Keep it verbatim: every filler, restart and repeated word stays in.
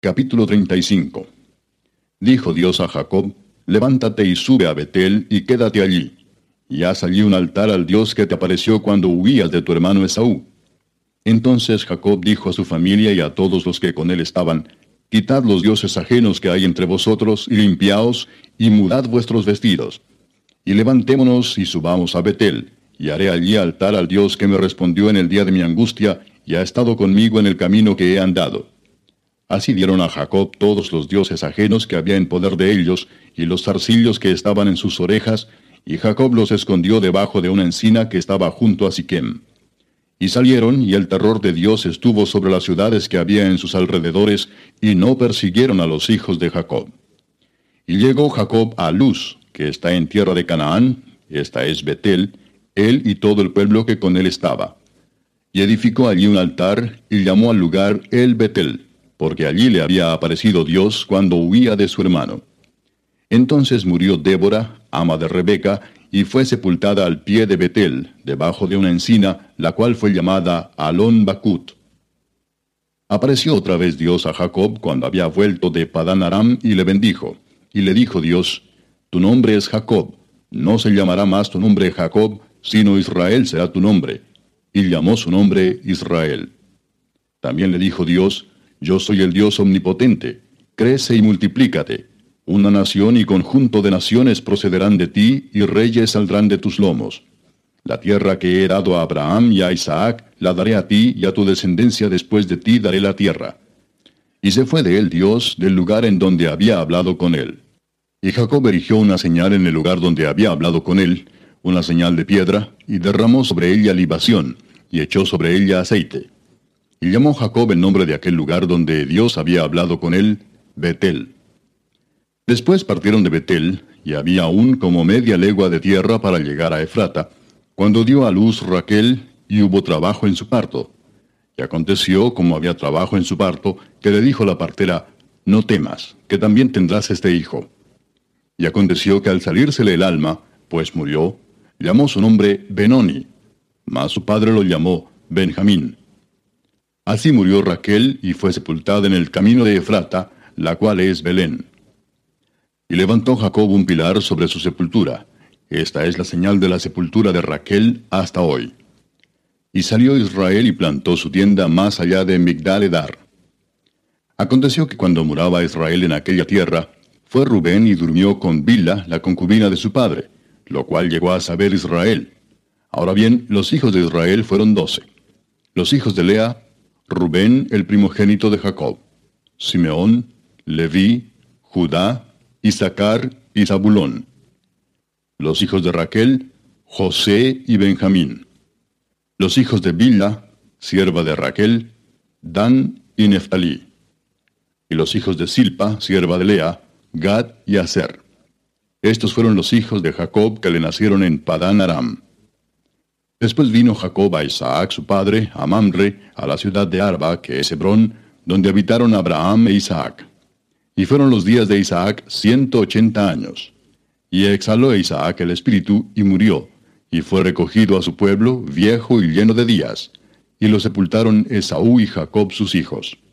Capítulo treinta y cinco. Dijo Dios a Jacob: Levántate y sube a Betel y quédate allí, y haz allí un altar al Dios que te apareció cuando huías de tu hermano Esaú. Entonces Jacob dijo a su familia y a todos los que con él estaban: Quitad los dioses ajenos que hay entre vosotros, y limpiaos, y mudad vuestros vestidos. Y levantémonos y subamos a Betel, y haré allí altar al Dios que me respondió en el día de mi angustia, y ha estado conmigo en el camino que he andado. Así dieron a Jacob todos los dioses ajenos que había en poder de ellos, y los zarcillos que estaban en sus orejas, y Jacob los escondió debajo de una encina que estaba junto a Siquem. Y salieron, y el terror de Dios estuvo sobre las ciudades que había en sus alrededores, y no persiguieron a los hijos de Jacob. Y llegó Jacob a Luz, que está en tierra de Canaán, esta es Betel, él y todo el pueblo que con él estaba. Y edificó allí un altar, y llamó al lugar El Betel, porque allí le había aparecido Dios cuando huía de su hermano. Entonces murió Débora, ama de Rebeca, y fue sepultada al pie de Betel, debajo de una encina, la cual fue llamada Alon Bacut. Apareció otra vez Dios a Jacob cuando había vuelto de Padán Aram, y le bendijo. Y le dijo Dios: Tu nombre es Jacob, no se llamará más tu nombre Jacob, sino Israel será tu nombre. Y llamó su nombre Israel. También le dijo Dios: Yo soy el Dios omnipotente, crece y multiplícate. Una nación y conjunto de naciones procederán de ti, y reyes saldrán de tus lomos. La tierra que he dado a Abraham y a Isaac, la daré a ti, y a tu descendencia después de ti daré la tierra. Y se fue de él Dios del lugar en donde había hablado con él. Y Jacob erigió una señal en el lugar donde había hablado con él, una señal de piedra, y derramó sobre ella libación, y echó sobre ella aceite. Y llamó Jacob el nombre de aquel lugar donde Dios había hablado con él, Betel. Después partieron de Betel, y había aún como media legua de tierra para llegar a Efrata, cuando dio a luz Raquel, y hubo trabajo en su parto. Y aconteció, como había trabajo en su parto, que le dijo la partera: No temas, que también tendrás este hijo. Y aconteció que al salírsele el alma, pues murió, llamó su nombre Benoni, mas su padre lo llamó Benjamín. Así murió Raquel, y fue sepultada en el camino de Efrata, la cual es Belén. Y levantó Jacob un pilar sobre su sepultura. Esta es la señal de la sepultura de Raquel hasta hoy. Y salió Israel y plantó su tienda más allá de Migdal-edar. Aconteció que cuando moraba Israel en aquella tierra, fue Rubén y durmió con Bilha, la concubina de su padre, lo cual llegó a saber Israel. Ahora bien, los hijos de Israel fueron doce. Los hijos de Lea: Rubén, el primogénito de Jacob; Simeón, Leví, Judá, Isaacar y Zabulón. Los hijos de Raquel: José y Benjamín. Los hijos de Bilha, sierva de Raquel: Dan y Neftalí. Y los hijos de Silpa, sierva de Lea: Gad y Aser. Estos fueron los hijos de Jacob que le nacieron en Padán Aram. Después vino Jacob a Isaac su padre, a Mamre, a la ciudad de Arba, que es Hebrón, donde habitaron Abraham e Isaac. Y fueron los días de Isaac ciento ochenta años. Y exhaló Isaac el espíritu, y murió, y fue recogido a su pueblo, viejo y lleno de días. Y lo sepultaron Esaú y Jacob sus hijos.